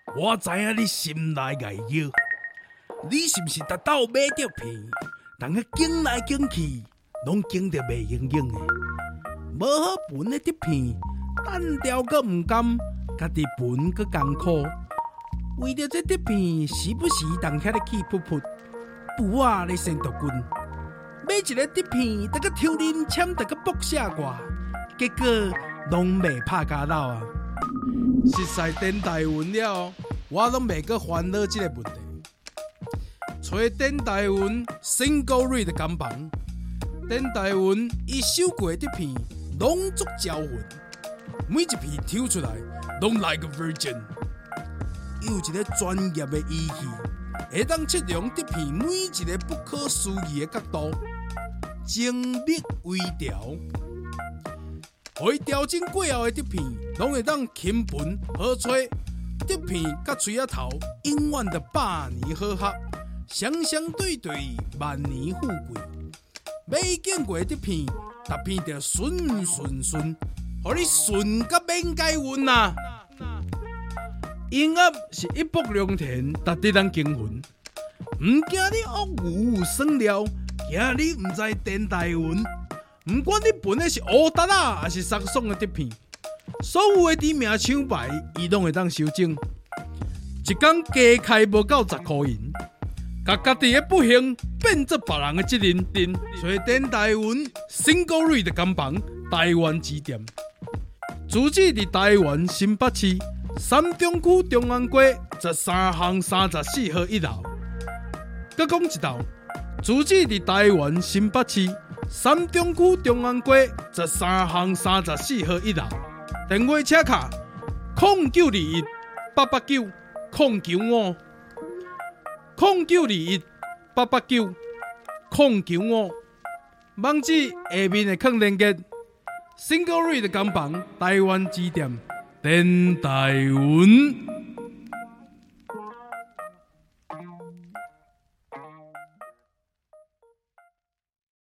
我知影你心内爱摇，你是毋是逐斗买着片？人个经来经去，拢经得袂用用的。无好分的碟片，单调阁毋甘，家己分阁艰苦。为着这碟片，时不时动遐个气噗噗，布仔咧先毒棍。买一个碟片，得个抽恁签，得个搏下挂，结果拢袂拍家老啊！实在电台文了，我拢袂阁烦恼这个问题。找电台文 single read 感房，电台文伊收过的片拢足招魂，每一片抽出来拢 like a virgin。有一个专业的仪器，会当测量碟片每一个不可思议的角度，精密微调。互伊调整过后的碟片，拢会当轻分好吹。碟片甲嘴仔头永远的百年好合，双双对对，万年富贵。买见过的碟片，逐片就顺顺顺，互你顺甲免解晕呐！音乐是一步良田，值得咱经营。唔惊你恶语酸料，惊你唔知电台文。唔管你分的是乌达啊，还是爽爽的碟片，所有的知名厂牌，伊拢会当收整。一天加开无够10块银，甲家己的不幸变做别人的责任。所以电台文 single read 的工房台湾之店，主址伫台湾新北市三中区中安街13巷34号1楼。佮讲一道，主址伫台湾新北市三中区中安街13巷34号1楼。电话车卡0921 889 095 0921 889 095。网址下面的坑连结 ，single read 工房台湾之店电台文。